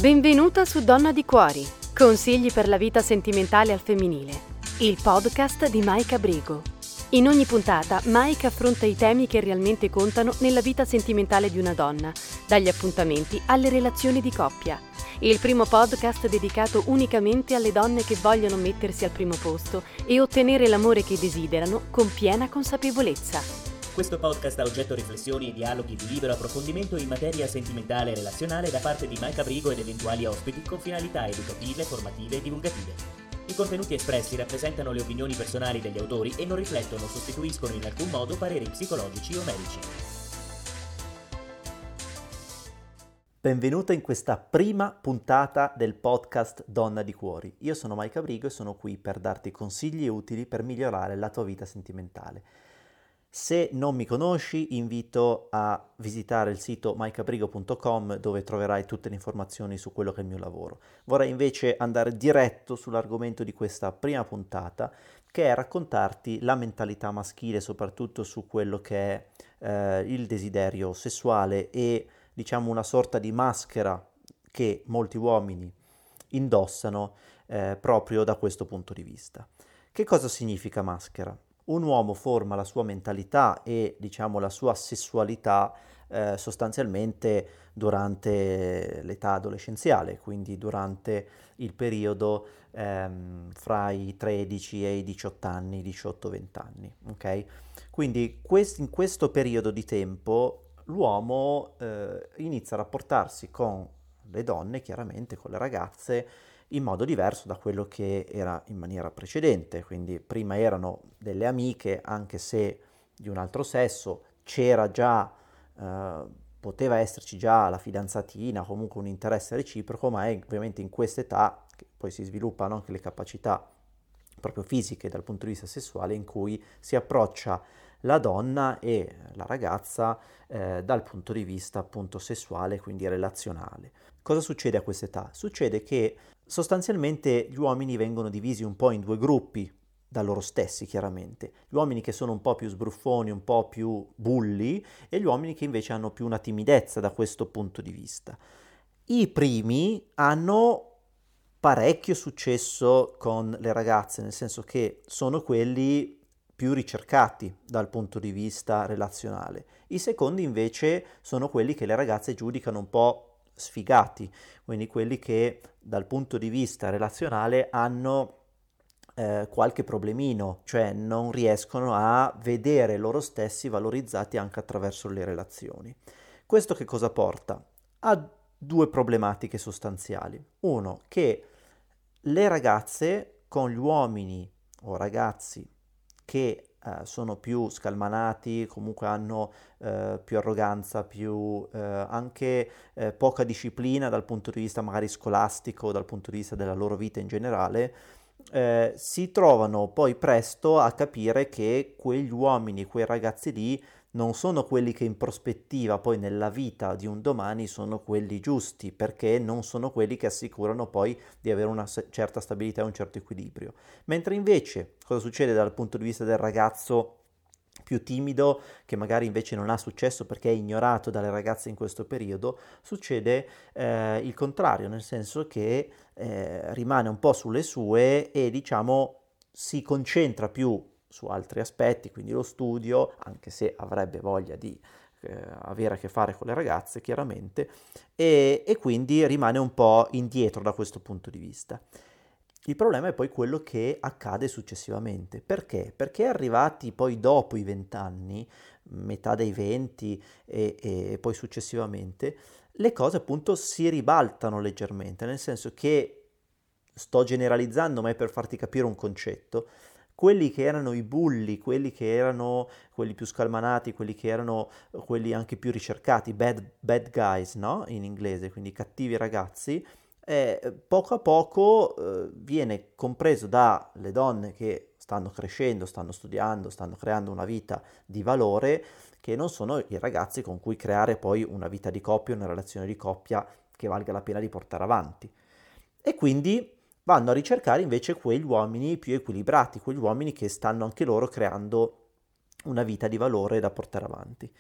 Benvenuta su Donna di Cuori, consigli per la vita sentimentale al femminile, il podcast di Maika Brigo. In ogni puntata Maika affronta i temi che realmente contano nella vita sentimentale di una donna, dagli appuntamenti alle relazioni di coppia. Il primo podcast dedicato unicamente alle donne che vogliono mettersi al primo posto e ottenere l'amore che desiderano con piena consapevolezza. Questo podcast ha oggetto riflessioni e dialoghi di libero approfondimento in materia sentimentale e relazionale da parte di Maika Brigo ed eventuali ospiti con finalità educative, formative e divulgative. I contenuti espressi rappresentano le opinioni personali degli autori e non riflettono o sostituiscono in alcun modo pareri psicologici o medici. Benvenuta in questa prima puntata del podcast Donna di Cuori. Io sono Maika Brigo e sono qui per darti consigli utili per migliorare la tua vita sentimentale. Se non mi conosci, invito a visitare il sito maikabrigo.com dove troverai tutte le informazioni su quello che è il mio lavoro. Vorrei invece andare diretto sull'argomento di questa prima puntata, che è raccontarti la mentalità maschile, soprattutto su quello che è il desiderio sessuale e diciamo una sorta di maschera che molti uomini indossano proprio da questo punto di vista. Che cosa significa maschera? Un uomo forma la sua mentalità e diciamo la sua sessualità sostanzialmente durante l'età adolescenziale, quindi durante il periodo fra i 13 e i 18 anni, 18-20 anni, ok? Quindi in questo periodo di tempo l'uomo inizia a rapportarsi con le donne, chiaramente con le ragazze, in modo diverso da quello che era in maniera precedente. Quindi prima erano delle amiche, anche se di un altro sesso, c'era già, poteva esserci già la fidanzatina, comunque un interesse reciproco, ma è ovviamente in quest'età che poi si sviluppano anche le capacità proprio fisiche dal punto di vista sessuale, in cui si approccia la donna e la ragazza dal punto di vista appunto sessuale, quindi relazionale. Cosa succede a quest'età? Succede che sostanzialmente gli uomini vengono divisi un po' in due gruppi da loro stessi, chiaramente. Gli uomini che sono un po' più sbruffoni, un po' più bulli, e gli uomini che invece hanno più una timidezza da questo punto di vista. I primi hanno parecchio successo con le ragazze, nel senso che sono quelli più ricercati dal punto di vista relazionale. I secondi invece sono quelli che le ragazze giudicano un po' sfigati, quindi quelli che dal punto di vista relazionale hanno qualche problemino, cioè non riescono a vedere loro stessi valorizzati anche attraverso le relazioni. Questo che cosa porta? A due problematiche sostanziali. Uno, che le ragazze con gli uomini o ragazzi che sono più scalmanati, comunque hanno più arroganza, più anche poca disciplina dal punto di vista magari scolastico, dal punto di vista della loro vita in generale, si trovano poi presto a capire che quegli uomini, quei ragazzi lì, non sono quelli che in prospettiva poi nella vita di un domani sono quelli giusti, perché non sono quelli che assicurano poi di avere una certa stabilità e un certo equilibrio. Mentre invece cosa succede dal punto di vista del ragazzo più timido, che magari invece non ha successo perché è ignorato dalle ragazze in questo periodo? Succede il contrario, nel senso che rimane un po' sulle sue e diciamo si concentra più su altri aspetti, quindi lo studio, anche se avrebbe voglia di avere a che fare con le ragazze, chiaramente, e quindi rimane un po' indietro da questo punto di vista. Il problema è poi quello che accade successivamente. Perché? Perché arrivati poi dopo i 20 anni, metà dei 20 e poi successivamente, le cose appunto si ribaltano leggermente, nel senso che, sto generalizzando ma è per farti capire un concetto, quelli che erano i bulli, quelli che erano quelli più scalmanati, quelli che erano quelli anche più ricercati, bad guys, no? In inglese, quindi cattivi ragazzi, poco a poco viene compreso dalle donne che stanno crescendo, stanno studiando, stanno creando una vita di valore, che non sono i ragazzi con cui creare poi una vita di coppia, una relazione di coppia che valga la pena di portare avanti. E quindi vanno a ricercare invece quegli uomini più equilibrati, quegli uomini che stanno anche loro creando una vita di valore da portare avanti.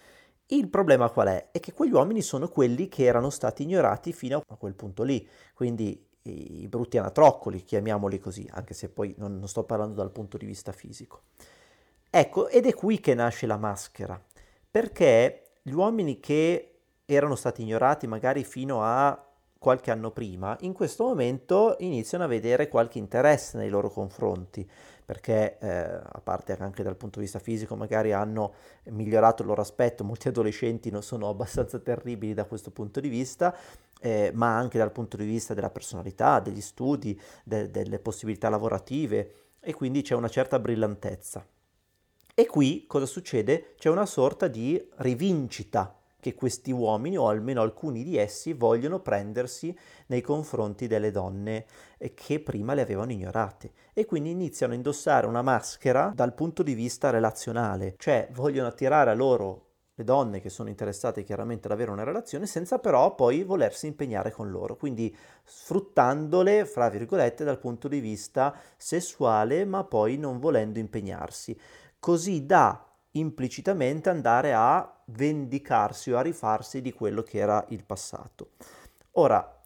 Il problema qual è? È che quegli uomini sono quelli che erano stati ignorati fino a quel punto lì, quindi i brutti anatroccoli, chiamiamoli così, anche se poi non sto parlando dal punto di vista fisico. Ecco, ed è qui che nasce la maschera, perché gli uomini che erano stati ignorati magari fino a qualche anno prima, in questo momento iniziano a vedere qualche interesse nei loro confronti, perché a parte anche dal punto di vista fisico magari hanno migliorato il loro aspetto, molti adolescenti non sono abbastanza terribili da questo punto di vista, ma anche dal punto di vista della personalità, degli studi, delle possibilità lavorative, e quindi c'è una certa brillantezza. E qui cosa succede? C'è una sorta di rivincita che questi uomini, o almeno alcuni di essi, vogliono prendersi nei confronti delle donne che prima le avevano ignorate. E quindi iniziano a indossare una maschera dal punto di vista relazionale, cioè vogliono attirare a loro le donne che sono interessate chiaramente ad avere una relazione, senza però poi volersi impegnare con loro, quindi sfruttandole, fra virgolette, dal punto di vista sessuale, ma poi non volendo impegnarsi, così da implicitamente andare a vendicarsi o a rifarsi di quello che era il passato. Ora,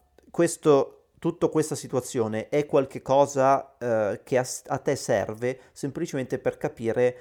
tutta questa situazione è qualche cosa che a te serve semplicemente per capire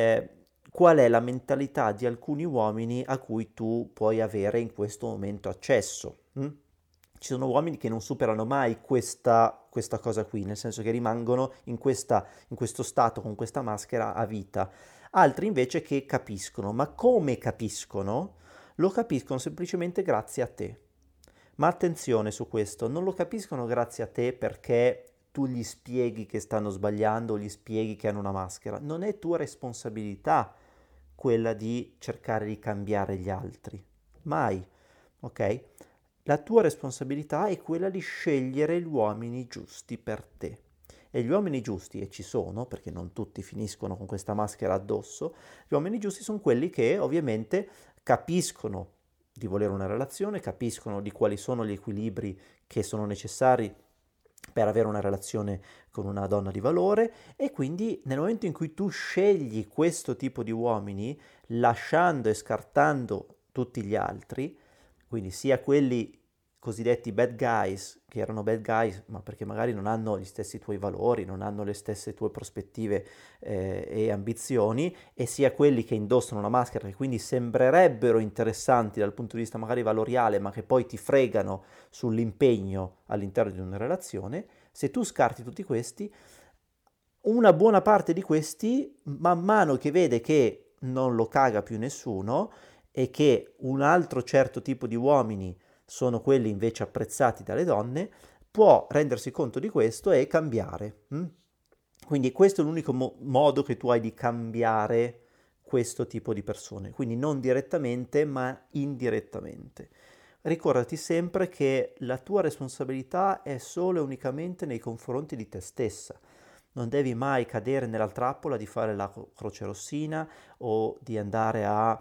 qual è la mentalità di alcuni uomini a cui tu puoi avere in questo momento accesso. Ci sono uomini che non superano mai questa cosa qui, nel senso che rimangono in questo stato, con questa maschera a vita. Altri invece che capiscono, ma come capiscono? Lo capiscono semplicemente grazie a te. Ma attenzione su questo, non lo capiscono grazie a te perché tu gli spieghi che stanno sbagliando o gli spieghi che hanno una maschera. Non è tua responsabilità quella di cercare di cambiare gli altri. Mai, ok? La tua responsabilità è quella di scegliere gli uomini giusti per te. E gli uomini giusti, e ci sono, perché non tutti finiscono con questa maschera addosso, gli uomini giusti sono quelli che ovviamente capiscono di volere una relazione, capiscono di quali sono gli equilibri che sono necessari per avere una relazione con una donna di valore, e quindi nel momento in cui tu scegli questo tipo di uomini, lasciando e scartando tutti gli altri, quindi sia quelli cosiddetti bad guys, che erano bad guys, ma perché magari non hanno gli stessi tuoi valori, non hanno le stesse tue prospettive e ambizioni, e sia quelli che indossano una maschera, che quindi sembrerebbero interessanti dal punto di vista magari valoriale, ma che poi ti fregano sull'impegno all'interno di una relazione. Se tu scarti tutti questi, una buona parte di questi, man mano che vede che non lo caga più nessuno e che un altro certo tipo di uomini sono quelli invece apprezzati dalle donne, può rendersi conto di questo e cambiare. Quindi questo è l'unico modo che tu hai di cambiare questo tipo di persone, quindi non direttamente ma indirettamente. Ricordati sempre che la tua responsabilità è solo e unicamente nei confronti di te stessa. Non devi mai cadere nella trappola di fare la croce rossina o di andare a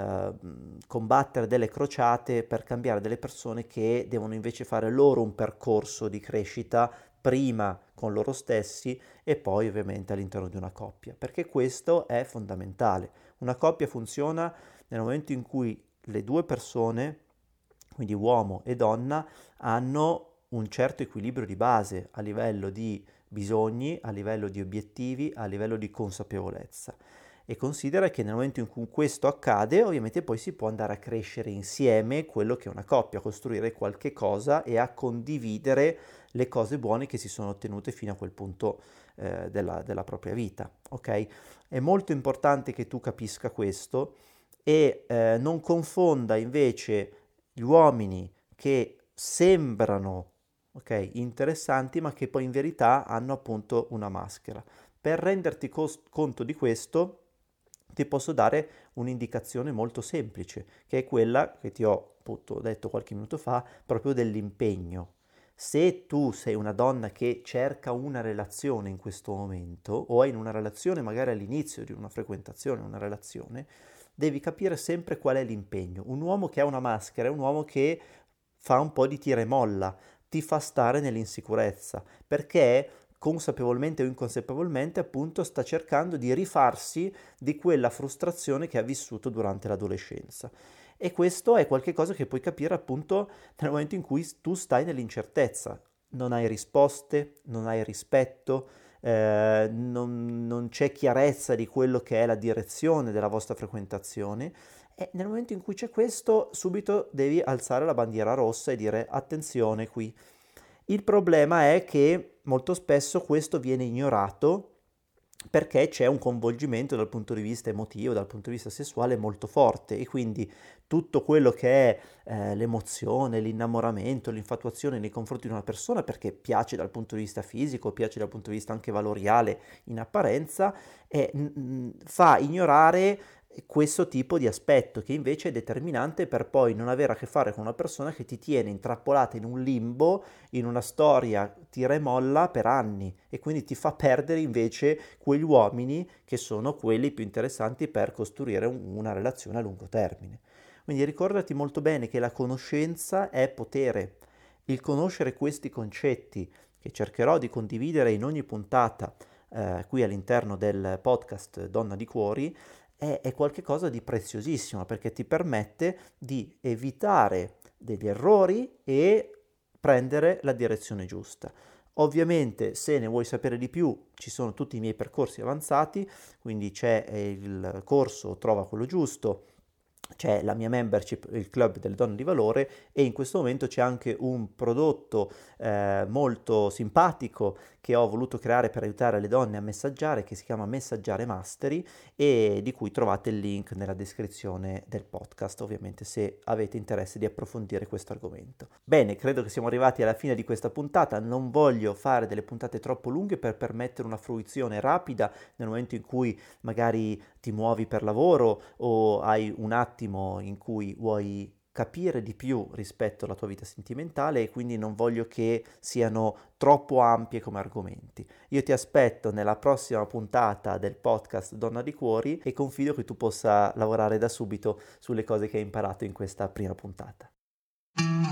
combattere delle crociate per cambiare delle persone che devono invece fare loro un percorso di crescita prima con loro stessi e poi ovviamente all'interno di una coppia, perché questo è fondamentale. Una coppia funziona nel momento in cui le due persone, quindi uomo e donna, hanno un certo equilibrio di base a livello di bisogni, a livello di obiettivi, a livello di consapevolezza. E considera che nel momento in cui questo accade, ovviamente poi si può andare a crescere insieme quello che è una coppia, a costruire qualche cosa e a condividere le cose buone che si sono ottenute fino a quel punto della propria vita, ok? È molto importante che tu capisca questo e non confonda invece gli uomini che sembrano interessanti, ma che poi in verità hanno appunto una maschera. Per renderti conto di questo, ti posso dare un'indicazione molto semplice, che è quella che ti ho appunto detto qualche minuto fa, proprio dell'impegno. Se tu sei una donna che cerca una relazione in questo momento, o è in una relazione magari all'inizio di una frequentazione, una relazione, devi capire sempre qual è l'impegno. Un uomo che ha una maschera è un uomo che fa un po' di tira e molla, ti fa stare nell'insicurezza, perché consapevolmente o inconsapevolmente appunto sta cercando di rifarsi di quella frustrazione che ha vissuto durante l'adolescenza. E questo è qualcosa che puoi capire appunto nel momento in cui tu stai nell'incertezza, non hai risposte, non hai rispetto, non c'è chiarezza di quello che è la direzione della vostra frequentazione, e nel momento in cui c'è questo, subito devi alzare la bandiera rossa e dire attenzione qui. Il problema è che molto spesso questo viene ignorato perché c'è un coinvolgimento dal punto di vista emotivo, dal punto di vista sessuale molto forte, e quindi tutto quello che è l'emozione, l'innamoramento, l'infatuazione nei confronti di una persona, perché piace dal punto di vista fisico, piace dal punto di vista anche valoriale in apparenza, fa ignorare questo tipo di aspetto che invece è determinante per poi non avere a che fare con una persona che ti tiene intrappolata in un limbo, in una storia tira e molla per anni, e quindi ti fa perdere invece quegli uomini che sono quelli più interessanti per costruire una relazione a lungo termine. Quindi ricordati molto bene che la conoscenza è potere. Il conoscere questi concetti, che cercherò di condividere in ogni puntata qui all'interno del podcast Donna di Cuori, è qualcosa di preziosissimo, perché ti permette di evitare degli errori e prendere la direzione giusta. Ovviamente, se ne vuoi sapere di più, ci sono tutti i miei percorsi avanzati, quindi c'è il corso Trova quello giusto, c'è la mia membership, il club delle donne di valore, e in questo momento c'è anche un prodotto molto simpatico che ho voluto creare per aiutare le donne a messaggiare, che si chiama Messaggiare Mastery, e di cui trovate il link nella descrizione del podcast, ovviamente, se avete interesse di approfondire questo argomento. Bene, credo che siamo arrivati alla fine di questa puntata. Non voglio fare delle puntate troppo lunghe per permettere una fruizione rapida nel momento in cui magari ti muovi per lavoro o hai un attimo in cui vuoi capire di più rispetto alla tua vita sentimentale, e quindi non voglio che siano troppo ampie come argomenti. Io ti aspetto nella prossima puntata del podcast Donna di Cuori e confido che tu possa lavorare da subito sulle cose che hai imparato in questa prima puntata.